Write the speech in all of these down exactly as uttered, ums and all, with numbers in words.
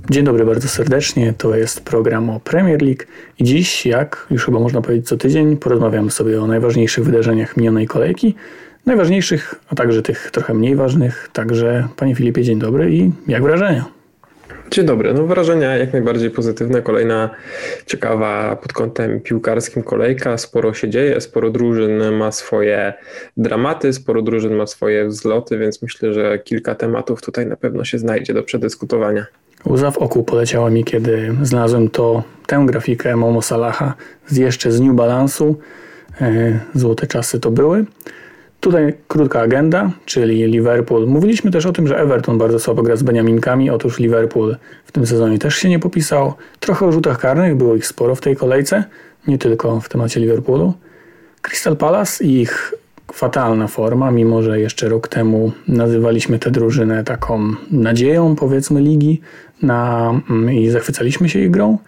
Dzień dobry bardzo serdecznie, to jest program o Premier League i dziś, jak już chyba można powiedzieć co tydzień, porozmawiamy sobie o najważniejszych wydarzeniach minionej kolejki, najważniejszych, a także tych trochę mniej ważnych. Także panie Filipie, dzień dobry i jak wrażenia? Dzień dobry, no wrażenia jak najbardziej pozytywne, kolejna ciekawa pod kątem piłkarskim kolejka, sporo się dzieje, sporo drużyn ma swoje dramaty, sporo drużyn ma swoje wzloty, więc myślę, że kilka tematów tutaj na pewno się znajdzie do przedyskutowania. Łza w oku poleciała mi, kiedy znalazłem to, tę grafikę Momo Salaha z jeszcze z New Balance'u. Złote czasy to były. Tutaj krótka agenda, czyli Liverpool. Mówiliśmy też o tym, że Everton bardzo słabo gra z Beniaminkami. Otóż Liverpool w tym sezonie też się nie popisał. Trochę o rzutach karnych, było ich sporo w tej kolejce, nie tylko w temacie Liverpoolu. Crystal Palace i ich fatalna forma, mimo że jeszcze rok temu nazywaliśmy tę drużynę taką nadzieją, powiedzmy, ligi na, i zachwycaliśmy się ich grą.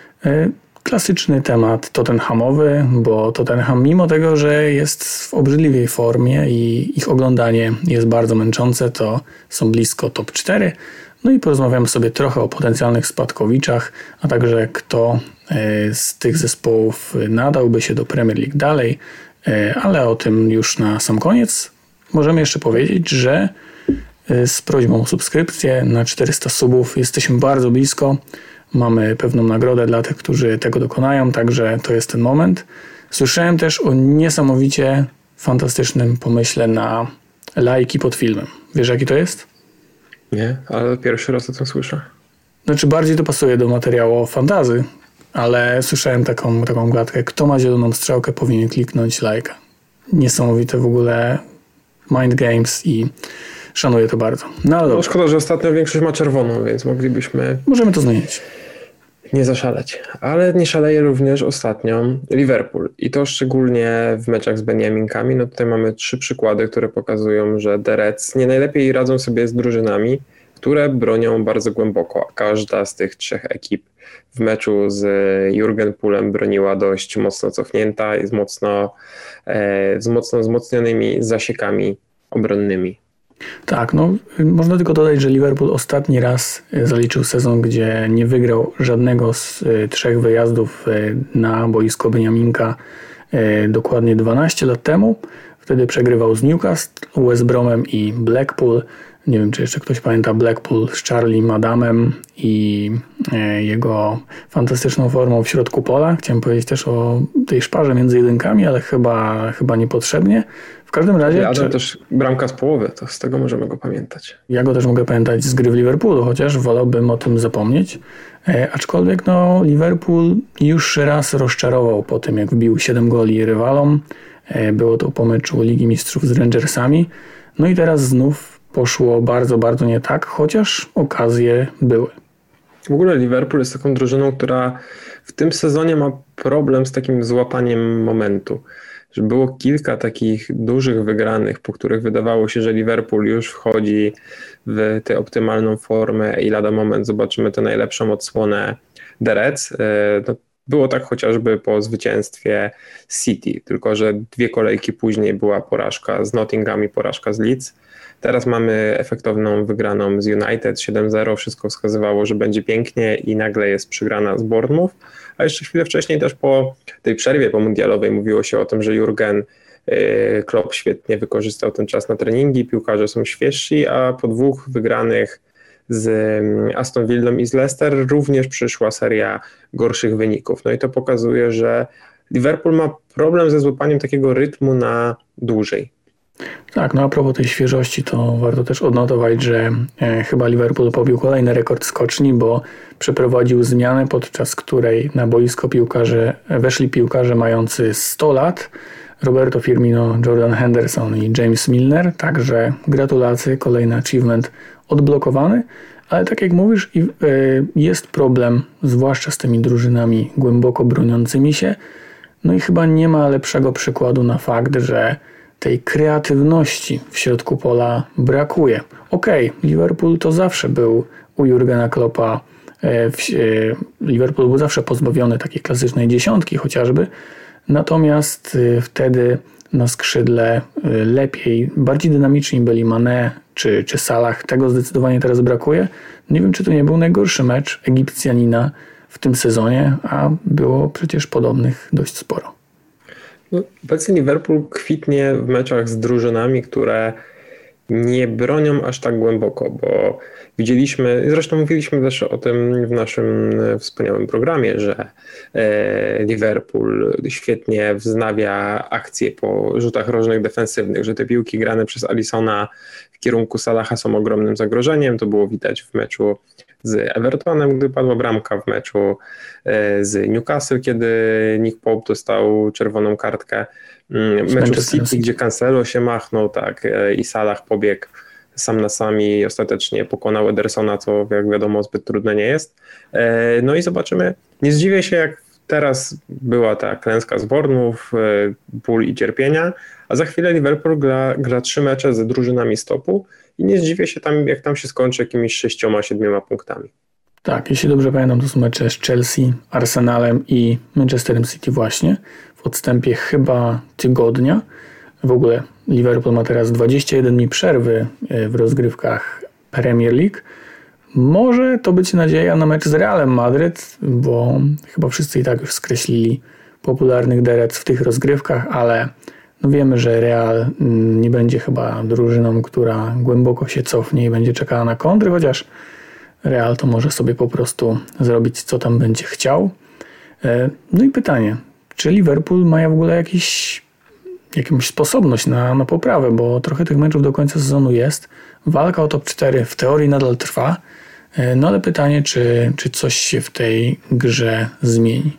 Klasyczny temat tottenhamowy, bo Tottenham mimo tego, że jest w obrzydliwej formie i ich oglądanie jest bardzo męczące, to są blisko top cztery. No i porozmawiamy sobie trochę o potencjalnych spadkowiczach, a także kto z tych zespołów nadałby się do Premier League dalej, ale o tym już na sam koniec. Możemy jeszcze powiedzieć, że z prośbą o subskrypcję na czterysta subów jesteśmy bardzo blisko. Mamy pewną nagrodę dla tych, którzy tego dokonają, także to jest ten moment. Słyszałem też o niesamowicie fantastycznym pomyśle na lajki pod filmem. Wiesz, jaki to jest? Nie, ale pierwszy raz o tym słyszę. Znaczy bardziej to pasuje do materiału o fantasy, ale słyszałem taką, taką gładkę. Kto ma zieloną strzałkę, powinien kliknąć lajka. Niesamowite w ogóle mind games i szanuję to bardzo. No, ale no szkoda, że ostatnio większość ma czerwoną, więc moglibyśmy... Możemy to zmienić. Nie zaszaleć. Ale nie szaleje również ostatnio Liverpool. I to szczególnie w meczach z Beniaminkami. No tutaj mamy trzy przykłady, które pokazują, że The Reds nie najlepiej radzą sobie z drużynami, które bronią bardzo głęboko. A każda z tych trzech ekip w meczu z Jurgen Poolem broniła dość mocno cofnięta i z mocno, e, z mocno wzmocnionymi zasiekami obronnymi. Tak, no można tylko dodać, że Liverpool ostatni raz zaliczył sezon, gdzie nie wygrał żadnego z trzech wyjazdów na boisko Beniaminka dokładnie dwanaście lat temu. Wtedy przegrywał z Newcastle, West Bromem i Blackpool. Nie wiem, czy jeszcze ktoś pamięta Blackpool z Charlie Madamem i jego fantastyczną formą w środku pola. Chciałem powiedzieć też o tej szparze między jedynkami, ale chyba, chyba niepotrzebnie. W każdym razie... Adam czy... też bramka z połowy, to z tego możemy go pamiętać. Ja go też mogę pamiętać z gry w Liverpoolu, chociaż wolałbym o tym zapomnieć. E, aczkolwiek no, Liverpool już raz rozczarował po tym, jak wbił siedem goli rywalom. E, było to po meczu Ligi Mistrzów z Rangersami. No i teraz znów poszło bardzo, bardzo nie tak, chociaż okazje były. W ogóle Liverpool jest taką drużyną, która w tym sezonie ma problem z takim złapaniem momentu. Że było kilka takich dużych wygranych, po których wydawało się, że Liverpool już wchodzi w tę optymalną formę i lada moment zobaczymy tę najlepszą odsłonę The Reds. No, było tak chociażby po zwycięstwie City, tylko że dwie kolejki później była porażka z Nottingham i porażka z Leeds. Teraz mamy efektowną wygraną z United siedem zero, wszystko wskazywało, że będzie pięknie i nagle jest przegrana z Bournemouth. A jeszcze chwilę wcześniej też po tej przerwie pomundialowej mówiło się o tym, że Jurgen Klopp świetnie wykorzystał ten czas na treningi, piłkarze są świeżsi, a po dwóch wygranych z Aston Villą i z Leicester również przyszła seria gorszych wyników. No i to pokazuje, że Liverpool ma problem ze złapaniem takiego rytmu na dłużej. Tak, no a propos tej świeżości, to warto też odnotować, że e, chyba Liverpool pobił kolejny rekord skoczni, bo przeprowadził zmianę, podczas której na boisko piłkarze weszli piłkarze mający sto lat, Roberto Firmino, Jordan Henderson i James Milner, także gratulacje, kolejny achievement odblokowany, ale tak jak mówisz, e, jest problem, zwłaszcza z tymi drużynami głęboko broniącymi się, no i chyba nie ma lepszego przykładu na fakt, że tej kreatywności w środku pola brakuje. Okej, okay, Liverpool to zawsze był u Jurgena Kloppa, w, Liverpool był zawsze pozbawiony takiej klasycznej dziesiątki chociażby, natomiast wtedy na skrzydle lepiej, bardziej dynamiczni byli Mané czy, czy Salah. Tego zdecydowanie teraz brakuje. Nie wiem, czy to nie był najgorszy mecz Egipcjanina w tym sezonie, a było przecież podobnych dość sporo. No, obecnie Liverpool kwitnie w meczach z drużynami, które nie bronią aż tak głęboko, bo widzieliśmy, zresztą mówiliśmy też o tym w naszym wspaniałym programie, że Liverpool świetnie wznawia akcje po rzutach rożnych defensywnych, że te piłki grane przez Alissona w kierunku Salaha są ogromnym zagrożeniem. To było widać w meczu z Evertonem, gdy padła bramka, w meczu z Newcastle, kiedy Nick Pope dostał czerwoną kartkę, w meczu z City, gdzie Cancelo się machnął, tak, i Salah pobiegł sam na sam i ostatecznie pokonał Edersona, co jak wiadomo zbyt trudne nie jest. No i zobaczymy. Nie zdziwię się, jak teraz była ta klęska z Bournemouth, ból i cierpienia, a za chwilę Liverpool gra, gra trzy mecze ze drużynami stopu i nie zdziwię się tam, jak tam się skończy jakimiś sześcioma, siedmioma punktami. Tak, jeśli dobrze pamiętam, to są mecze z Chelsea, Arsenalem i Manchesterem City właśnie w odstępie chyba tygodnia. W ogóle Liverpool ma teraz dwadzieścia jeden dni przerwy w rozgrywkach Premier League. Może to być nadzieja na mecz z Realem Madryt, bo chyba wszyscy i tak już skreślili popularnych derec w tych rozgrywkach, ale no wiemy, że Real nie będzie chyba drużyną, która głęboko się cofnie i będzie czekała na kontry, chociaż Real to może sobie po prostu zrobić, co tam będzie chciał. No i pytanie, czy Liverpool ma w ogóle jakiś, jakąś sposobność na, na poprawę, bo trochę tych meczów do końca sezonu jest. Walka o top cztery w teorii nadal trwa, no ale pytanie, czy, czy coś się w tej grze zmieni.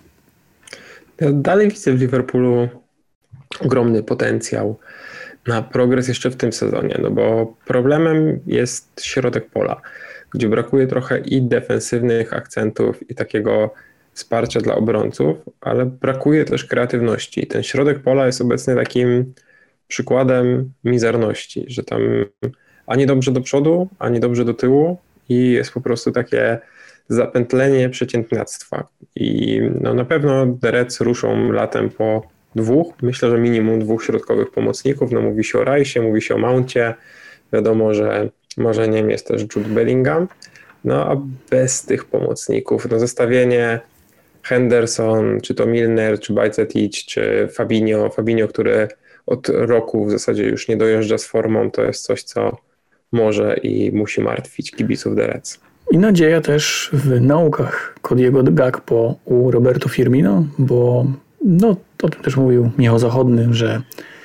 Ja dalej widzę w Liverpoolu ogromny potencjał na progres jeszcze w tym sezonie, no bo problemem jest środek pola, gdzie brakuje trochę i defensywnych akcentów i takiego wsparcia dla obrońców, ale brakuje też kreatywności. Ten środek pola jest obecnie takim przykładem mizerności, że tam ani dobrze do przodu, ani dobrze do tyłu i jest po prostu takie zapętlenie przeciętniactwa. I no na pewno The Reds ruszą latem po dwóch, myślę, że minimum dwóch środkowych pomocników. No mówi się o Rice'ie, mówi się o Mouncie. Wiadomo, że marzeniem jest też Jude Bellingham. No a bez tych pomocników, no zestawienie Henderson, czy to Milner, czy Bajcetic, czy Fabinho, Fabinho, który od roku w zasadzie już nie dojeżdża z formą, to jest coś, co może i musi martwić kibiców The Reds. I nadzieja też w naukach Cody'ego Gakpo u Roberto Firmino, bo no, o tym też mówił Michał Zachodny, że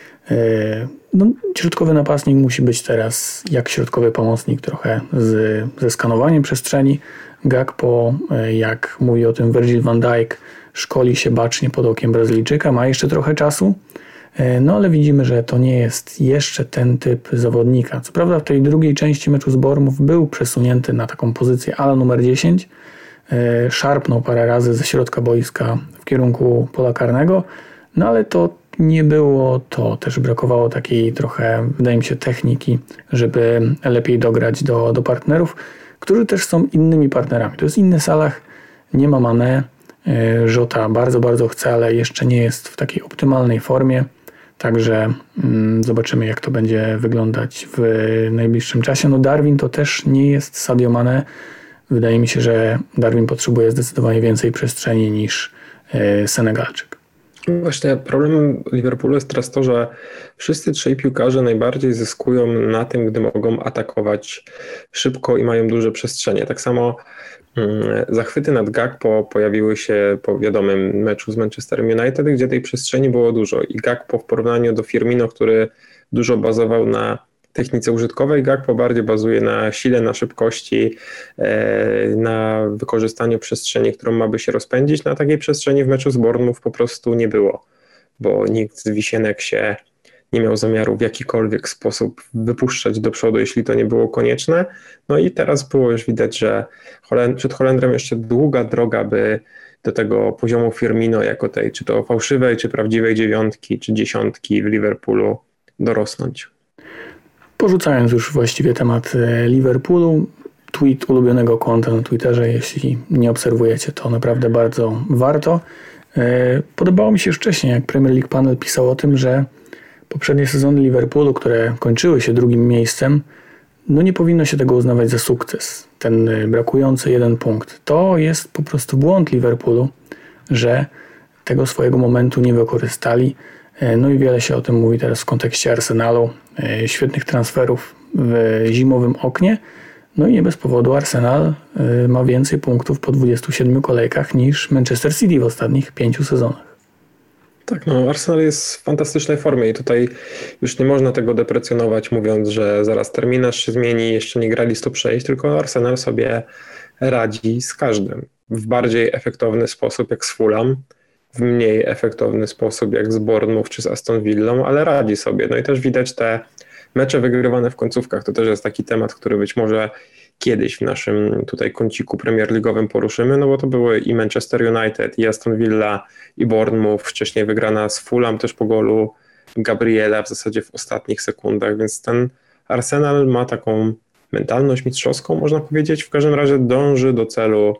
e, no, środkowy napastnik musi być teraz jak środkowy pomocnik, trochę z, ze skanowaniem przestrzeni. Gakpo, e, jak mówi o tym Virgil van Dijk, szkoli się bacznie pod okiem Brazylijczyka, ma jeszcze trochę czasu, e, no ale widzimy, że to nie jest jeszcze ten typ zawodnika. Co prawda w tej drugiej części meczu z Bournemouth był przesunięty na taką pozycję ala numer dziesięć, e, szarpnął parę razy ze środka boiska w kierunku pola karnego, no ale to nie było to, też brakowało takiej trochę, wydaje mi się, techniki, żeby lepiej dograć do, do partnerów, którzy też są innymi partnerami. To jest inny Salah, nie ma Mané, Jota bardzo, bardzo chce, ale jeszcze nie jest w takiej optymalnej formie, także mm, zobaczymy, jak to będzie wyglądać w najbliższym czasie. No Darwin to też nie jest Sadio Mané. Wydaje mi się, że Darwin potrzebuje zdecydowanie więcej przestrzeni niż e, Senegalczyk. Właśnie problemem Liverpoolu jest teraz to, że wszyscy trzej piłkarze najbardziej zyskują na tym, gdy mogą atakować szybko i mają duże przestrzenie. Tak samo hmm, zachwyty nad Gakpo pojawiły się po wiadomym meczu z Manchesterem United, gdzie tej przestrzeni było dużo i Gakpo w porównaniu do Firmino, który dużo bazował na technice użytkowej, Gakpo bardziej bazuje na sile, na szybkości, na wykorzystaniu przestrzeni, którą ma by się rozpędzić. Na takiej przestrzeni w meczu z Bournemouth po prostu nie było, bo nikt z Wisienek się nie miał zamiaru w jakikolwiek sposób wypuszczać do przodu, jeśli to nie było konieczne. No i teraz było już widać, że przed Holendrem jeszcze długa droga, by do tego poziomu Firmino jako tej, czy to fałszywej, czy prawdziwej dziewiątki, czy dziesiątki w Liverpoolu dorosnąć. Porzucając już właściwie temat Liverpoolu, tweet ulubionego konta na Twitterze, jeśli nie obserwujecie, to naprawdę bardzo warto. Podobało mi się już wcześniej, jak Premier League Panel pisał o tym, że poprzednie sezony Liverpoolu, które kończyły się drugim miejscem, no nie powinno się tego uznawać za sukces. Ten brakujący jeden punkt. To jest po prostu błąd Liverpoolu, że tego swojego momentu nie wykorzystali. No i wiele się o tym mówi teraz w kontekście Arsenalu. Świetnych transferów w zimowym oknie. No i nie bez powodu Arsenal ma więcej punktów po dwudziestu siedmiu kolejkach niż Manchester City w ostatnich pięciu sezonach. Tak, no Arsenal jest w fantastycznej formie i tutaj już nie można tego deprecjonować, mówiąc, że zaraz terminarz się zmieni, jeszcze nie grali sto przejść, tylko Arsenal sobie radzi z każdym. W bardziej efektowny sposób jak z Fulham, w mniej efektowny sposób jak z Bournemouth czy z Aston Villą, ale radzi sobie. No i też widać te mecze wygrywane w końcówkach. To też jest taki temat, który być może kiedyś w naszym tutaj kąciku Premier Ligowym poruszymy, no bo to były i Manchester United, i Aston Villa, i Bournemouth, wcześniej wygrana z Fulham też po golu Gabriela w zasadzie w ostatnich sekundach, więc ten Arsenal ma taką mentalność mistrzowską, można powiedzieć. W każdym razie dąży do celu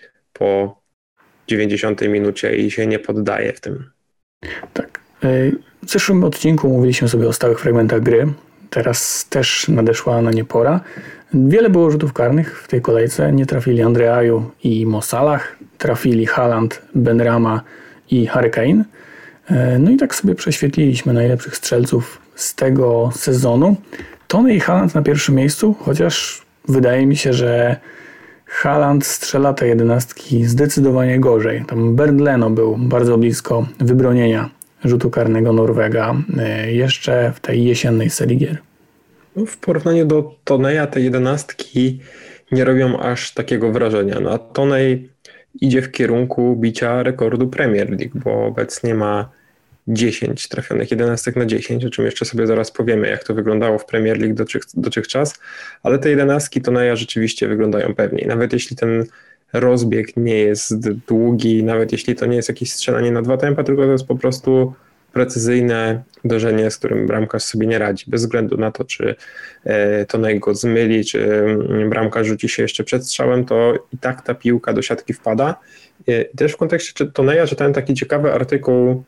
po dziewięćdziesiątej minucie i się nie poddaje w tym. Tak. W zeszłym odcinku mówiliśmy sobie o stałych fragmentach gry. Teraz też nadeszła na nie pora. Wiele było rzutów karnych w tej kolejce. Nie trafili Andreaju i Mo Salah. Trafili Haaland, Benrahma i Harry Kane. No i tak sobie prześwietliliśmy najlepszych strzelców z tego sezonu. Tony i Haaland na pierwszym miejscu, chociaż wydaje mi się, że Haaland strzela te jedenastki zdecydowanie gorzej. Tam Bernd Leno był bardzo blisko wybronienia rzutu karnego Norwega jeszcze w tej jesiennej serii gier. No, w porównaniu do Toneja te jedenastki nie robią aż takiego wrażenia. No, a Tonej idzie w kierunku bicia rekordu Premier League, bo obecnie ma dziesięć trafionych jedenastek na dziesięć, o czym jeszcze sobie zaraz powiemy, jak to wyglądało w Premier League dotychczas, ale te jedenastki Toneja rzeczywiście wyglądają pewniej. Nawet jeśli ten rozbieg nie jest długi, nawet jeśli to nie jest jakieś strzelanie na dwa tempa, tylko to jest po prostu precyzyjne uderzenie, z którym bramkarz sobie nie radzi, bez względu na to, czy Tonej go zmyli, czy bramkarz rzuci się jeszcze przed strzałem, to i tak ta piłka do siatki wpada. I też w kontekście Toneja czytałem taki ciekawy artykuł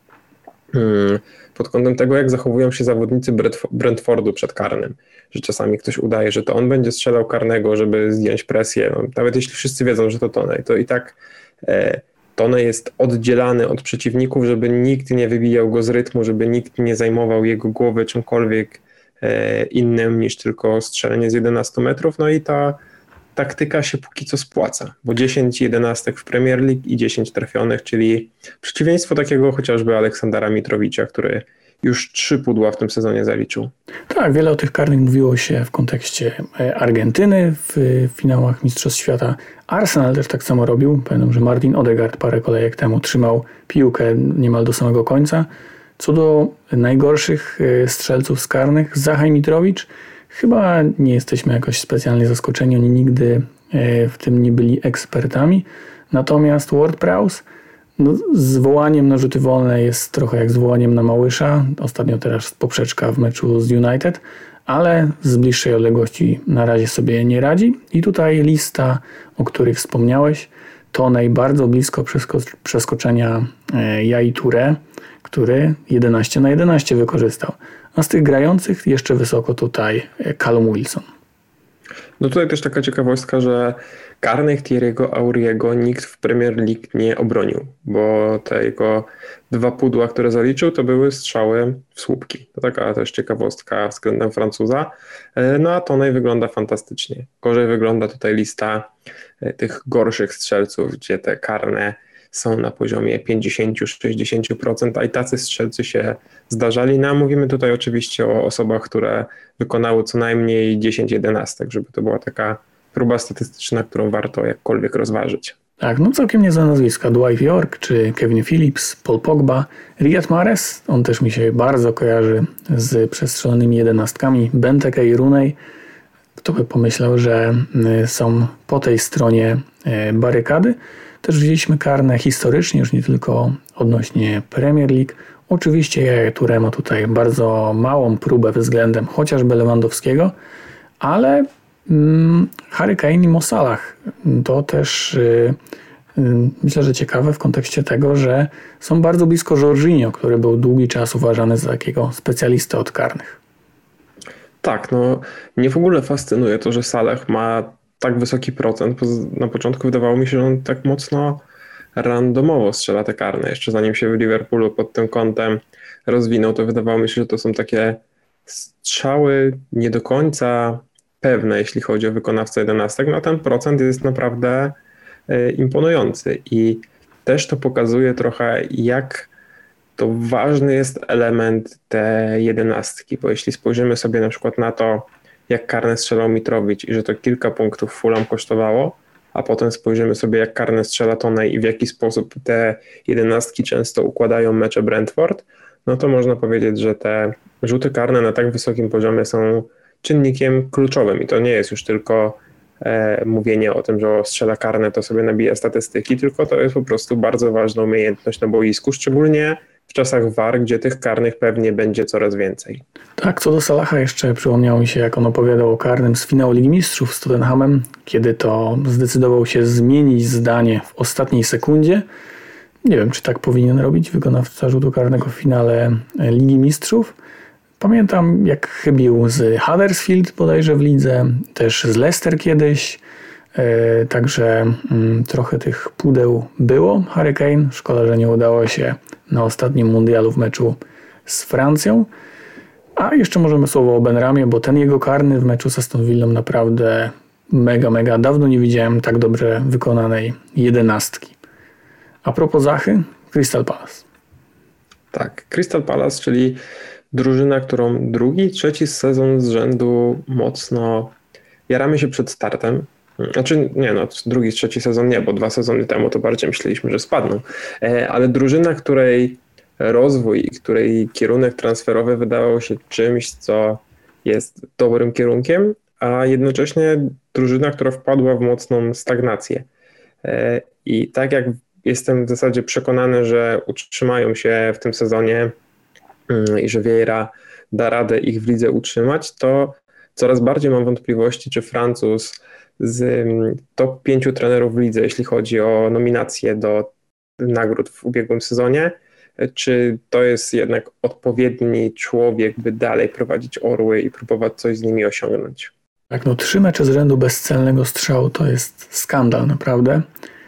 pod kątem tego, jak zachowują się zawodnicy Brentfordu przed karnym, że czasami ktoś udaje, że to on będzie strzelał karnego, żeby zdjąć presję, no, nawet jeśli wszyscy wiedzą, że to Tonej, to i tak e, Tonej jest oddzielany od przeciwników, żeby nikt nie wybijał go z rytmu, żeby nikt nie zajmował jego głowy czymkolwiek e, innym niż tylko strzelenie z jedenastu metrów, no i ta taktyka się póki co spłaca, bo dziesięć jedenastek w Premier League i dziesięć trafionych, czyli przeciwieństwo takiego chociażby Aleksandra Mitrowicza, który już trzy pudła w tym sezonie zaliczył. Tak, wiele o tych karnych mówiło się w kontekście Argentyny w finałach Mistrzostw Świata. Arsenal też tak samo robił. Pamiętam, że Martin Odegaard parę kolejek temu trzymał piłkę niemal do samego końca. Co do najgorszych strzelców z karnych, Zachaj Mitrowicz, chyba nie jesteśmy jakoś specjalnie zaskoczeni, oni nigdy w tym nie byli ekspertami. Natomiast Ward-Prowse no, z wołaniem na rzuty wolne jest trochę jak z wołaniem na Małysza. Ostatnio teraz poprzeczka w meczu z United, ale z bliższej odległości na razie sobie nie radzi. I tutaj lista, o której wspomniałeś, Tonej bardzo blisko przesko- przeskoczenia Yaya Touré, który jedenaście na jedenaście wykorzystał. A z tych grających jeszcze wysoko tutaj Callum Wilson. No tutaj też taka ciekawostka, że karnych Thierry'ego Auriego nikt w Premier League nie obronił, bo te jego dwa pudła, które zaliczył, to były strzały w słupki. To taka też ciekawostka względem Francuza. No a Tonej wygląda fantastycznie. Gorzej wygląda tutaj lista tych gorszych strzelców, gdzie te karne są na poziomie pięćdziesiąt do sześćdziesięciu procent, a i tacy strzelcy się zdarzali. No a mówimy tutaj oczywiście o osobach, które wykonały co najmniej dziesięć jedenastek, żeby to była taka próba statystyczna, którą warto jakkolwiek rozważyć. Tak, no całkiem niezłe nazwiska. Dwight York czy Kevin Phillips, Paul Pogba, Riyad Mahrez, on też mi się bardzo kojarzy z przestrzelonymi jedenastkami, Benteke i Rooney. Kto by pomyślał, że są po tej stronie barykady. Też widzieliśmy karne historycznie, już nie tylko odnośnie Premier League. Oczywiście Yaya Touré ma tutaj bardzo małą próbę względem chociażby Lewandowskiego, ale mm, Harry Kane i Mo Salah to też y, myślę, że ciekawe w kontekście tego, że są bardzo blisko Jorginho, który był długi czas uważany za takiego specjalistę od karnych. Tak, no mnie w ogóle fascynuje to, że Salah ma tak wysoki procent. Na początku wydawało mi się, że on tak mocno randomowo strzela te karne. Jeszcze zanim się w Liverpoolu pod tym kątem rozwinął, to wydawało mi się, że to są takie strzały nie do końca pewne, jeśli chodzi o wykonawcę jedenastek. No ten procent jest naprawdę imponujący i też to pokazuje trochę, jak to ważny jest element tej jedenastki, bo jeśli spojrzymy sobie na przykład na to, jak karne strzelał Mitrowicz i że to kilka punktów Fulham kosztowało, a potem spojrzymy sobie, jak karne strzela Toney i w jaki sposób te jedenastki często układają mecze Brentford, no to można powiedzieć, że te rzuty karne na tak wysokim poziomie są czynnikiem kluczowym i to nie jest już tylko e, mówienie o tym, że strzela karne to sobie nabija statystyki, tylko to jest po prostu bardzo ważna umiejętność na boisku, szczególnie w czasach V A R, gdzie tych karnych pewnie będzie coraz więcej. Tak, co do Salaha jeszcze przypomniało mi się, jak on opowiadał o karnym z finału Ligi Mistrzów z Tottenhamem, kiedy to zdecydował się zmienić zdanie w ostatniej sekundzie. Nie wiem, czy tak powinien robić wykonawca rzutu karnego w finale Ligi Mistrzów. Pamiętam, jak chybił z Huddersfield bodajże w lidze, też z Leicester kiedyś. Yy, także yy, trochę tych pudeł było. Harry Kane, szkoda, że nie udało się na ostatnim mundialu w meczu z Francją. A jeszcze możemy słowo o Benramie, bo ten jego karny w meczu z Aston Villą naprawdę mega, mega. Dawno nie widziałem tak dobrze wykonanej jedenastki. A propos Zachy, Crystal Palace. Tak, Crystal Palace, czyli drużyna, którą drugi, trzeci sezon z rzędu mocno jaramy się przed startem. Znaczy nie no, drugi, trzeci sezon nie, bo dwa sezony temu to bardziej myśleliśmy, że spadną. Ale drużyna, której rozwój i której kierunek transferowy wydawał się czymś, co jest dobrym kierunkiem, a jednocześnie drużyna, która wpadła w mocną stagnację. I tak jak jestem w zasadzie przekonany, że utrzymają się w tym sezonie i że Vieira da radę ich w lidze utrzymać, to coraz bardziej mam wątpliwości, czy Francuz z top pięciu trenerów w lidze, jeśli chodzi o nominacje do nagród w ubiegłym sezonie, czy to jest jednak odpowiedni człowiek, by dalej prowadzić Orły i próbować coś z nimi osiągnąć. Tak, no trzy mecze z rzędu bez celnego strzału to jest skandal naprawdę.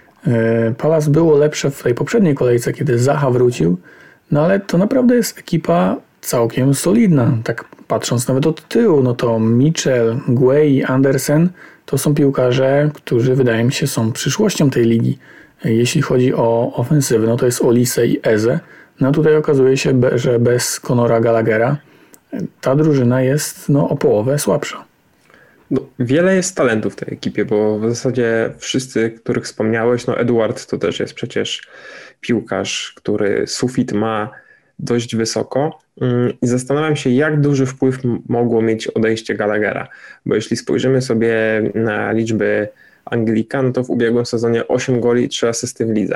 Palace było lepsze w tej poprzedniej kolejce, kiedy Zaha wrócił, no ale to naprawdę jest ekipa całkiem solidna. Tak patrząc nawet od tyłu, no to Mitchell, Gueye i Andersen to są piłkarze, którzy wydaje mi się są przyszłością tej ligi. Jeśli chodzi o ofensywę, no to jest Olise i Eze. No tutaj okazuje się, że bez Conora Gallaghera ta drużyna jest no, o połowę słabsza. No, wiele jest talentów w tej ekipie, bo w zasadzie wszyscy, których wspomniałeś, no Edward to też jest przecież piłkarz, który sufit ma dość wysoko i zastanawiam się, jak duży wpływ mogło mieć odejście Gallaghera, bo jeśli spojrzymy sobie na liczby Anglika, no to w ubiegłym sezonie osiem goli i trzy asysty w lidze.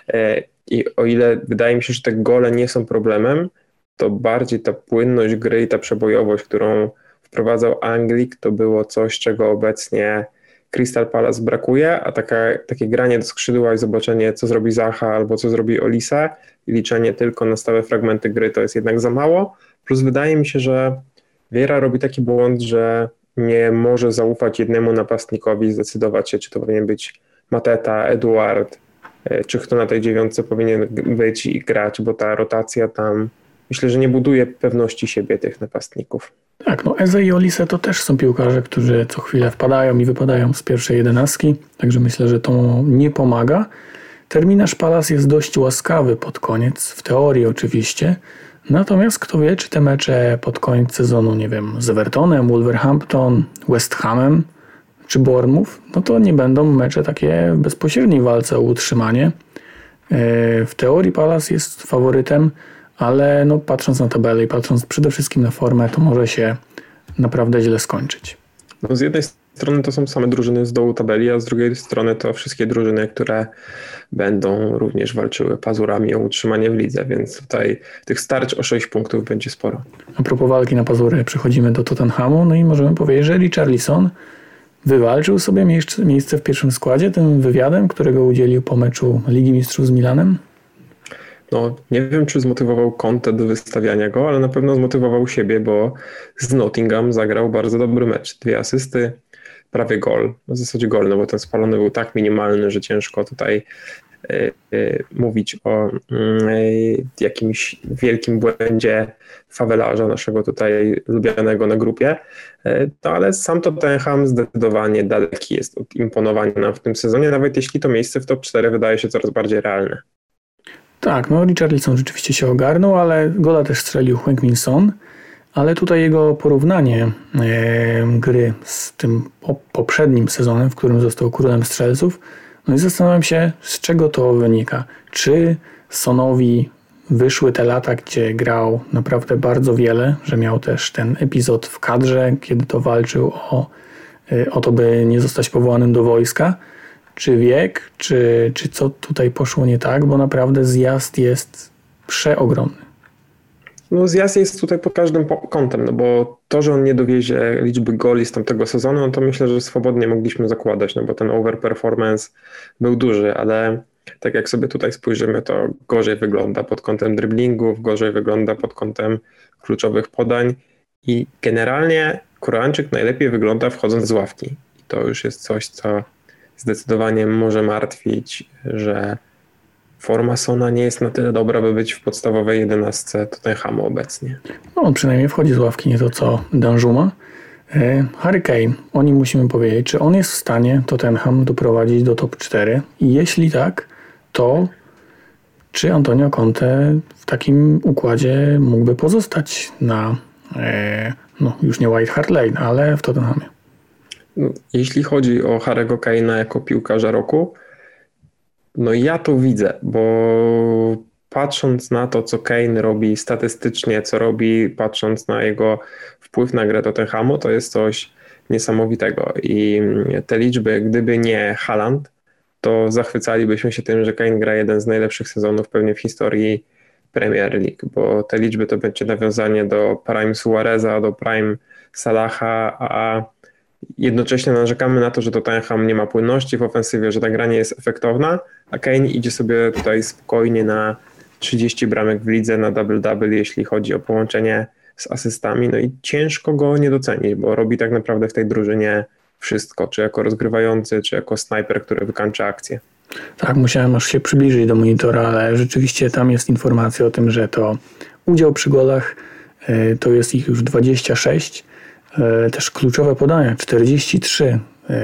I o ile wydaje mi się, że te gole nie są problemem, to bardziej ta płynność gry i ta przebojowość, którą wprowadzał Anglik, to było coś, czego obecnie Crystal Palace brakuje, a taka, takie granie do skrzydła i zobaczenie, co zrobi Zaha albo co zrobi Olise i liczenie tylko na stałe fragmenty gry to jest jednak za mało. Plus wydaje mi się, że Vieira robi taki błąd, że nie może zaufać jednemu napastnikowi i zdecydować się, czy to powinien być Mateta, Edward, czy kto na tej dziewiątce powinien być i grać, bo ta rotacja tam myślę, że nie buduje pewności siebie tych napastników. Tak, no Eze i Olise to też są piłkarze, którzy co chwilę wpadają i wypadają z pierwszej jedenastki, także myślę, że to nie pomaga. Terminarz Palace jest dość łaskawy pod koniec, w teorii oczywiście, natomiast kto wie, czy te mecze pod koniec sezonu, nie wiem, z Evertonem, Wolverhampton, West Hamem czy Bournemouth, no to nie będą mecze takie w bezpośredniej walce o utrzymanie. W teorii Palace jest faworytem, ale no, patrząc na tabelę i patrząc przede wszystkim na formę, to może się naprawdę źle skończyć. No z jednej strony to są same drużyny z dołu tabeli, a z drugiej strony to wszystkie drużyny, które będą również walczyły pazurami o utrzymanie w lidze, więc tutaj tych starć o sześć punktów będzie sporo. A propos walki na pazury, przechodzimy do Tottenhamu, no i możemy powiedzieć, że Richarlison wywalczył sobie miejsce, miejsce w pierwszym składzie tym wywiadem, którego udzielił po meczu Ligi Mistrzów z Milanem? No, nie wiem, czy zmotywował Conte do wystawiania go, ale na pewno zmotywował siebie, bo z Nottingham zagrał bardzo dobry mecz. Dwie asysty, prawie gol. W zasadzie gol, no bo ten spalony był tak minimalny, że ciężko tutaj y, y, mówić o y, jakimś wielkim błędzie fawelarza naszego tutaj lubianego na grupie. Y, no ale sam Tottenham zdecydowanie daleki jest od imponowania nam w tym sezonie, nawet jeśli to miejsce w top cztery wydaje się coraz bardziej realne. Tak, no Richarlison rzeczywiście się ogarnął, ale gola też strzelił Heung-min Son, ale tutaj jego porównanie e, gry z tym po, poprzednim sezonem, w którym został królem strzelców, no i zastanawiam się, z czego to wynika. Czy Sonowi wyszły te lata, gdzie grał naprawdę bardzo wiele, że miał też ten epizod w kadrze, kiedy to walczył o, o to, by nie zostać powołanym do wojska, czy wiek, czy, czy co tutaj poszło nie tak, bo naprawdę zjazd jest przeogromny. No zjazd jest tutaj pod każdym kątem, no bo to, że on nie dowiezie liczby goli z tamtego sezonu, no to myślę, że swobodnie mogliśmy zakładać, no bo ten overperformance był duży, ale tak jak sobie tutaj spojrzymy, to gorzej wygląda pod kątem driblingów, gorzej wygląda pod kątem kluczowych podań i generalnie Koreańczyk najlepiej wygląda wchodząc z ławki. I to już jest coś, co zdecydowanie może martwić, że forma Sona nie jest na tyle dobra, by być w podstawowej jedenastce Tottenhamu obecnie. No on przynajmniej wchodzi z ławki, nie to co Danjuma. Harry Kane, o nim musimy powiedzieć, czy on jest w stanie Tottenham doprowadzić do top cztery i jeśli tak, to czy Antonio Conte w takim układzie mógłby pozostać na, no już nie White Hart Lane, ale w Tottenhamie? Jeśli chodzi o Harry'ego Kane'a jako piłkarza roku, no ja to widzę, bo patrząc na to, co Kane robi statystycznie, co robi, patrząc na jego wpływ na grę Tottenhamu, to jest coś niesamowitego i te liczby, gdyby nie Haaland, to zachwycalibyśmy się tym, że Kane gra jeden z najlepszych sezonów pewnie w historii Premier League, bo te liczby to będzie nawiązanie do prime Suareza, do prime Salaha, a jednocześnie narzekamy na to, że Tottenham nie ma płynności w ofensywie, że ta gra nie jest efektowna, a Kane idzie sobie tutaj spokojnie na trzydzieści bramek w lidze, na double-double, jeśli chodzi o połączenie z asystami, no i ciężko go nie docenić, bo robi tak naprawdę w tej drużynie wszystko, czy jako rozgrywający, czy jako snajper, który wykańcza akcję. Tak, musiałem aż się przybliżyć do monitora, ale rzeczywiście tam jest informacja o tym, że to udział przy golach, to jest ich już dwadzieścia sześć, też kluczowe podania, czterdzieści trzy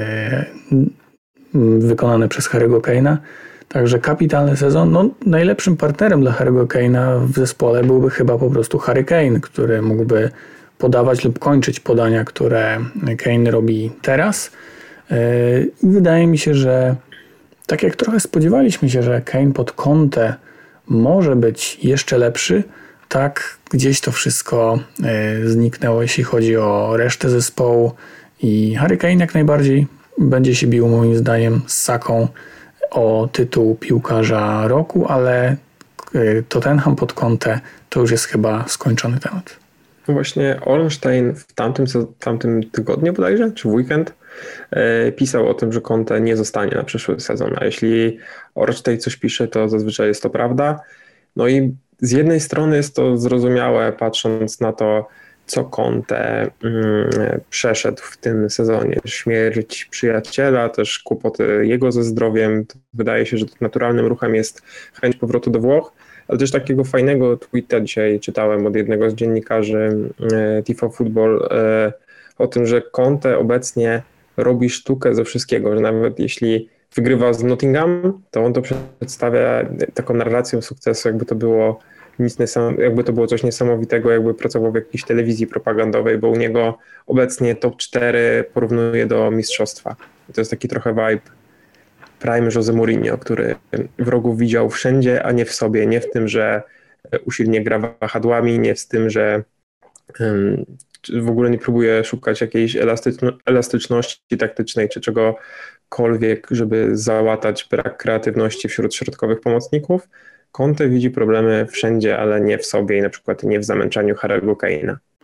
wykonane przez Harry'ego Kane'a. Także kapitalny sezon. No, najlepszym partnerem dla Harry'ego Kane'a w zespole byłby chyba po prostu Harry Kane, który mógłby podawać lub kończyć podania, które Kane robi teraz. I wydaje mi się, że tak jak trochę spodziewaliśmy się, że Kane pod Conte może być jeszcze lepszy, tak gdzieś to wszystko zniknęło, jeśli chodzi o resztę zespołu i Harry Kane jak najbardziej będzie się bił moim zdaniem z Saką o tytuł piłkarza roku, ale Tottenham pod Conte to już jest chyba skończony temat. No właśnie Ornstein w tamtym, tamtym tygodniu bodajże, czy w weekend e, pisał o tym, że Conte nie zostanie na przyszły sezon, a jeśli Ornstein coś pisze, to zazwyczaj jest to prawda. No i z jednej strony jest to zrozumiałe, patrząc na to, co Conte mm, przeszedł w tym sezonie. Śmierć przyjaciela, też kłopoty jego ze zdrowiem. Wydaje się, że naturalnym ruchem jest chęć powrotu do Włoch, ale też takiego fajnego tweeta dzisiaj czytałem od jednego z dziennikarzy e, Tifo Football e, o tym, że Conte obecnie robi sztukę ze wszystkiego, że nawet jeśli wygrywa z Nottingham, to on to przedstawia taką narracją sukcesu, jakby to było nic niesam- jakby to było coś niesamowitego, jakby pracował w jakiejś telewizji propagandowej, bo u niego obecnie top cztery porównuje do mistrzostwa. I to jest taki trochę vibe prime Jose Mourinho, który wrogów widział wszędzie, a nie w sobie, nie w tym, że usilnie gra wahadłami, nie w tym, że um, w ogóle nie próbuje szukać jakiejś elastyczno- elastyczności taktycznej czy czegokolwiek, żeby załatać brak kreatywności wśród środkowych pomocników. Conte widzi problemy wszędzie, ale nie w sobie i na przykład nie w zamęczaniu Harry'ego Kane'a.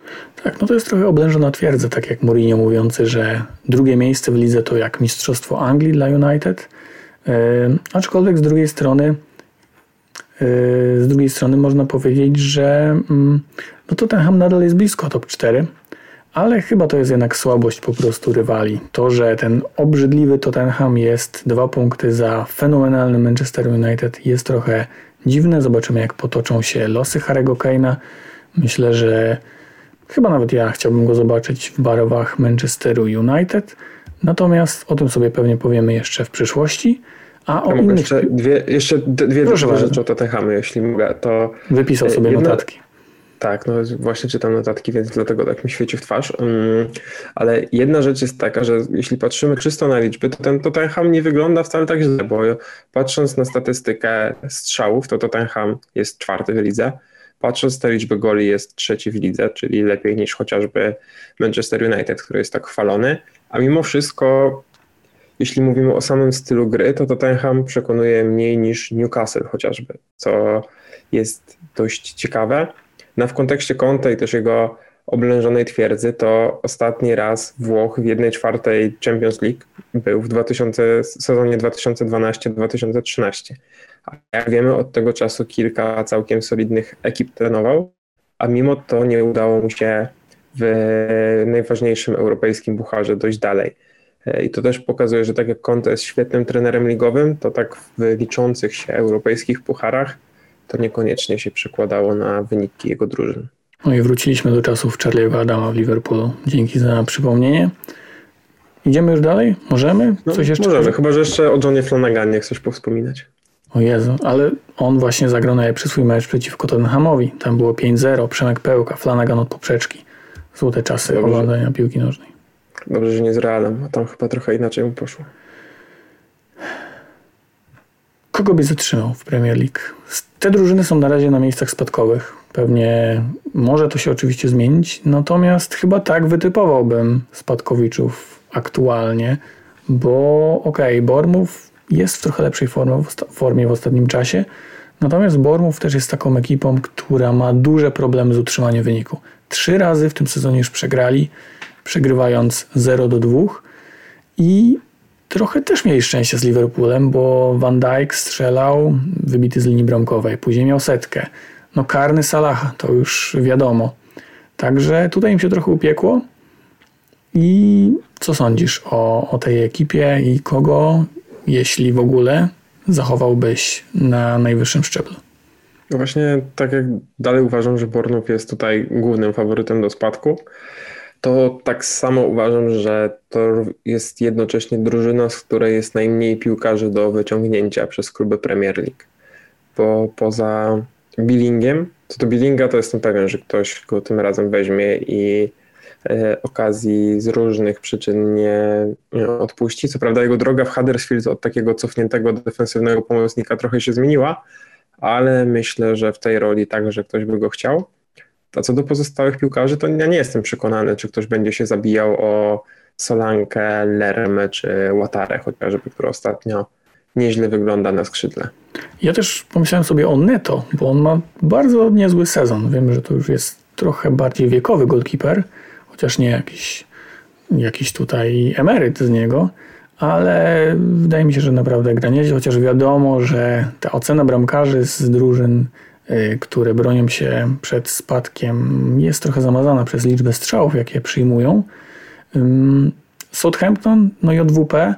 Tak, no to jest trochę oblężona twierdza, tak jak Mourinho mówiący, że drugie miejsce w lidze to jak mistrzostwo Anglii dla United. Yy, aczkolwiek z drugiej strony yy, z drugiej strony można powiedzieć, że yy, no Tottenham nadal jest blisko top cztery, ale chyba to jest jednak słabość po prostu rywali. To, że ten obrzydliwy Tottenham jest dwa punkty za fenomenalnym Manchester United, jest trochę dziwne. Zobaczymy, jak potoczą się losy Harry'ego Kane'a. Myślę, że chyba nawet ja chciałbym go zobaczyć w barwach Manchesteru United. Natomiast o tym sobie pewnie powiemy jeszcze w przyszłości. A o ja innych... jeszcze dwie, jeszcze dwie, dwie rzeczy o Tottenhamie, jeśli mogę. To wypisał sobie jedna... notatki. Tak, no właśnie czytam notatki, więc dlatego tak mi świeci w twarz. Um, ale jedna rzecz jest taka, że jeśli patrzymy czysto na liczby, to ten Tottenham nie wygląda wcale tak źle, bo patrząc na statystykę strzałów, to Tottenham jest czwarty w lidze. Patrząc na liczbę goli, jest trzeci w lidze, czyli lepiej niż chociażby Manchester United, który jest tak chwalony. A mimo wszystko, jeśli mówimy o samym stylu gry, to Tottenham przekonuje mniej niż Newcastle chociażby, co jest dość ciekawe. No w kontekście Conte i też jego oblężonej twierdzy, to ostatni raz Włoch w jednej czwartej Champions League był w dwutysięcznym, sezonie dwa tysiące dwunastym dwa tysiące trzynastym. A jak wiemy, od tego czasu kilka całkiem solidnych ekip trenował, a mimo to nie udało mu się w najważniejszym europejskim pucharze dojść dalej. I to też pokazuje, że tak jak Conte jest świetnym trenerem ligowym, to tak w liczących się europejskich pucharach to niekoniecznie się przekładało na wyniki jego drużyn. No i wróciliśmy do czasów Charlie'ego Adama w Liverpoolu. Dzięki za przypomnienie. Idziemy już dalej? Możemy? No, Coś jeszcze? Możemy, chyba że jeszcze o Johnie Flanaganie chcesz powspominać. O Jezu, ale on właśnie zagrał najlepszy swój mecz przeciwko Tottenhamowi. Tam było pięć zero, Przemek Pełka, Flanagan od poprzeczki. Złote czasy Dobrze. oglądania piłki nożnej. Dobrze, że nie z Realem, a tam chyba trochę inaczej mu poszło. Kogo by zatrzymał w Premier League? Te drużyny są na razie na miejscach spadkowych. Pewnie może to się oczywiście zmienić, natomiast chyba tak wytypowałbym spadkowiczów aktualnie, bo okej, okay, Bournemouth jest w trochę lepszej formie, formie w ostatnim czasie, natomiast Bournemouth też jest taką ekipą, która ma duże problemy z utrzymaniem wyniku. Trzy razy w tym sezonie już przegrali, przegrywając zero do dwóch i trochę też mieli szczęście z Liverpoolem, bo Van Dijk strzelał wybity z linii bramkowej, później miał setkę. No karny Salaha, to już wiadomo. Także tutaj im się trochę upiekło. I co sądzisz o, o tej ekipie i kogo, jeśli w ogóle, zachowałbyś na najwyższym szczeblu? No właśnie tak jak dalej uważam, że Bournemouth jest tutaj głównym faworytem do spadku, to tak samo uważam, że to jest jednocześnie drużyna, z której jest najmniej piłkarzy do wyciągnięcia przez kluby Premier League. Bo poza Billingiem, co do Billinga to jestem pewien, że ktoś go tym razem weźmie i e, okazji z różnych przyczyn nie, nie odpuści. Co prawda jego droga w Huddersfield od takiego cofniętego defensywnego pomocnika trochę się zmieniła, ale myślę, że w tej roli także ktoś by go chciał. A co do pozostałych piłkarzy, to ja nie jestem przekonany, czy ktoś będzie się zabijał o Solankę, Lermę czy Ouattarę chociażby, który ostatnio nieźle wygląda na skrzydle. Ja też pomyślałem sobie o Neto, bo on ma bardzo niezły sezon. Wiem, że to już jest trochę bardziej wiekowy goalkeeper, chociaż nie jakiś, jakiś tutaj emeryt z niego, ale wydaje mi się, że naprawdę gra nieźle, chociaż wiadomo, że ta ocena bramkarzy z drużyn, które bronią się przed spadkiem, jest trochę zamazana przez liczbę strzałów, jakie przyjmują. Southampton, no i J W P.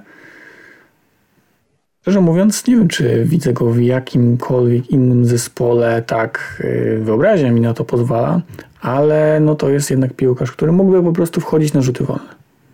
Szczerze mówiąc, nie wiem, czy widzę go w jakimkolwiek innym zespole, tak wyobraźnia mi na to pozwala, ale no to jest jednak piłkarz, który mógłby po prostu wchodzić na rzuty wolne.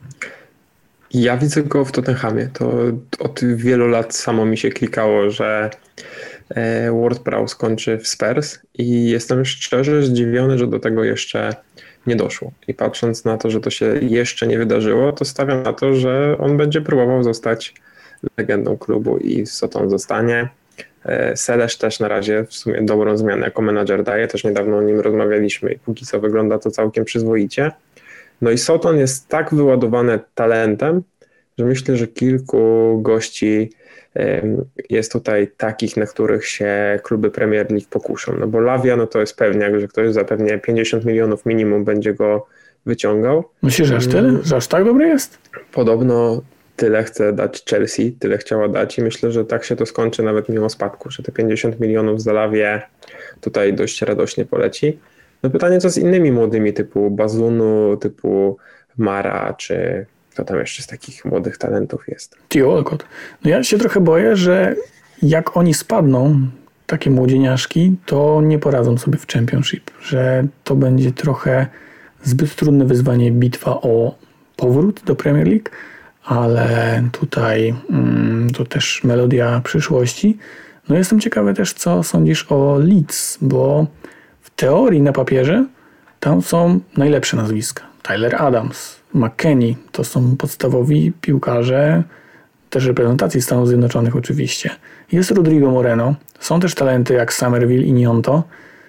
Ja widzę go w Tottenhamie. To od wielu lat samo mi się klikało, że Ward-Prowse skończy w Spurs i jestem szczerze zdziwiony, że do tego jeszcze nie doszło. I patrząc na to, że to się jeszcze nie wydarzyło, to stawiam na to, że on będzie próbował zostać legendą klubu i Soton zostanie. Selesz też na razie w sumie dobrą zmianę jako menadżer daje, też niedawno o nim rozmawialiśmy i póki co wygląda to całkiem przyzwoicie. No i Soton jest tak wyładowany talentem, że myślę, że kilku gości jest tutaj takich, na których się kluby Premier League pokuszą. No bo Lavia, no to jest pewniak, że ktoś za pewnie pięćdziesiąt milionów minimum będzie go wyciągał. Myślisz, że aż tyle? Że aż tak dobry jest? Podobno tyle chce dać Chelsea, tyle chciała dać i myślę, że tak się to skończy nawet mimo spadku, że te pięćdziesiąt milionów za Lavię tutaj dość radośnie poleci. No pytanie, co z innymi młodymi typu Bazunu, typu Mara, czy kto tam jeszcze z takich młodych talentów jest? Theo Walcott. No ja się trochę boję, że jak oni spadną, takie młodzieniaszki, to nie poradzą sobie w Championship, że to będzie trochę zbyt trudne wyzwanie, bitwa o powrót do Premier League, ale tutaj mm, to też melodia przyszłości. No jestem ciekawy też, co sądzisz o Leeds, bo w teorii na papierze tam są najlepsze nazwiska. Tyler Adams, McKennie, to są podstawowi piłkarze też reprezentacji Stanów Zjednoczonych oczywiście. Jest Rodrigo Moreno, są też talenty jak Somerville i Gnonto.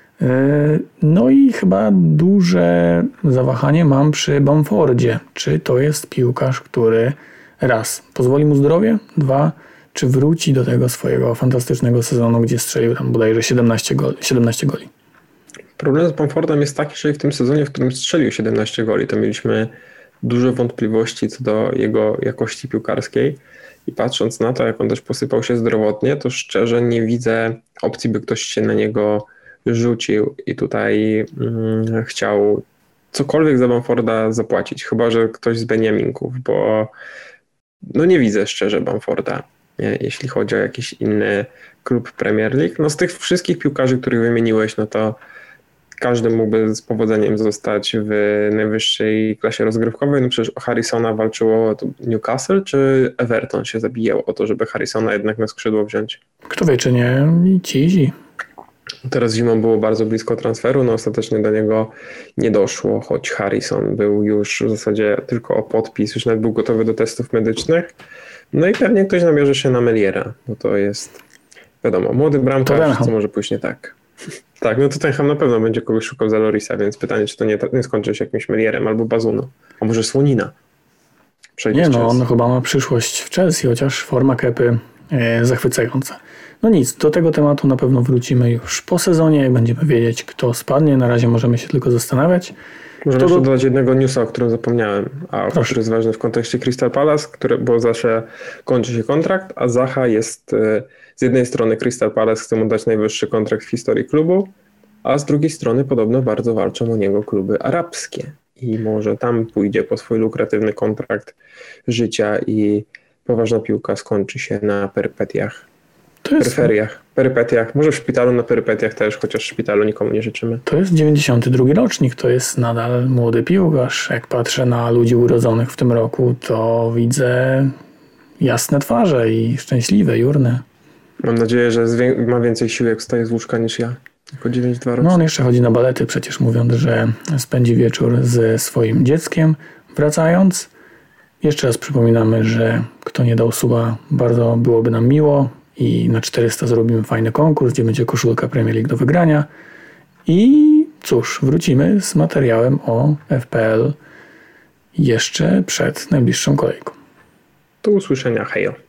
No i chyba duże zawahanie mam przy Bamfordzie. Czy to jest piłkarz, który raz, pozwoli mu zdrowie, dwa, czy wróci do tego swojego fantastycznego sezonu, gdzie strzelił tam bodajże siedemnaście goli. siedemnaście goli. Problem z Bamfordem jest taki, że w tym sezonie, w którym strzelił siedemnaście goli, to mieliśmy duże wątpliwości co do jego jakości piłkarskiej i patrząc na to, jak on też posypał się zdrowotnie, to szczerze nie widzę opcji, by ktoś się na niego rzucił i tutaj mm, chciał cokolwiek za Bamforda zapłacić, chyba że ktoś z Beniaminków, bo no nie widzę szczerze Bamforda, nie? Jeśli chodzi o jakiś inny klub Premier League. No z tych wszystkich piłkarzy, których wymieniłeś, no to każdy mógłby z powodzeniem zostać w najwyższej klasie rozgrywkowej. No przecież o Harrisona walczyło Newcastle, czy Everton się zabijał o to, żeby Harrisona jednak na skrzydło wziąć? Kto wie, czy nie ci. Teraz zimą było bardzo blisko transferu, no ostatecznie do niego nie doszło, choć Harrison był już w zasadzie tylko o podpis, już nawet był gotowy do testów medycznych. No i pewnie ktoś nabierze się na Meliera, no to jest, wiadomo, młody bramkarz, co może pójść nie tak. Tak, no Tottenham na pewno będzie kogoś szukał za Lorisa, więc pytanie, czy to nie, nie skończy się jakimś Melierem albo Bazuno, a może Słonina. Przejdzie nie no, on chyba ma przyszłość w Chelsea, chociaż forma Kepy e, zachwycająca. No nic, do tego tematu na pewno wrócimy już po sezonie, będziemy wiedzieć, kto spadnie. Na razie możemy się tylko zastanawiać. Możemy jeszcze do... dodać jednego newsa, o którym zapomniałem, a Proszę. który jest ważny w kontekście Crystal Palace, który, bo zawsze kończy się kontrakt, a Zaha jest z jednej strony Crystal Palace chce mu dać najwyższy kontrakt w historii klubu, a z drugiej strony podobno bardzo walczą o niego kluby arabskie i może tam pójdzie po swój lukratywny kontrakt życia i poważna piłka skończy się na perypetiach. To jest... Peryferiach, perypetiach, może w szpitalu na perypetiach też, chociaż w szpitalu nikomu nie życzymy. To jest dziewięćdziesiąty drugi rocznik, to jest nadal młody piłkarz. Jak patrzę na ludzi urodzonych w tym roku, to widzę jasne twarze i szczęśliwe, jurne. Mam nadzieję, że ma więcej sił, jak wstaje z łóżka niż ja. Jako dziewięć dwa rocznik. No on jeszcze chodzi na balety, przecież mówiąc, że spędzi wieczór ze swoim dzieckiem. Wracając, jeszcze raz przypominamy, że kto nie dał suba, bardzo byłoby nam miło. I na czterysta zrobimy fajny konkurs, gdzie będzie koszulka Premier League do wygrania. I cóż, wrócimy z materiałem o F P L jeszcze przed najbliższą kolejką. Do usłyszenia, hejo.